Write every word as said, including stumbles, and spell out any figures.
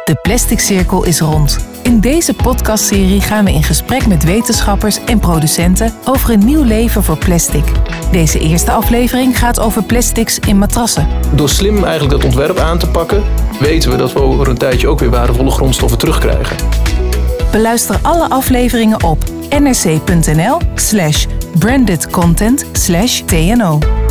De Plastic Cirkel is rond. In deze podcastserie gaan we in gesprek met wetenschappers en producenten over een nieuw leven voor plastic. Deze eerste aflevering gaat over plastics in matrassen. Door slim eigenlijk dat ontwerp aan te pakken, weten we dat we over een tijdje ook weer waardevolle grondstoffen terugkrijgen. Beluister alle afleveringen op nrc.nl slash brandedcontent slash tno.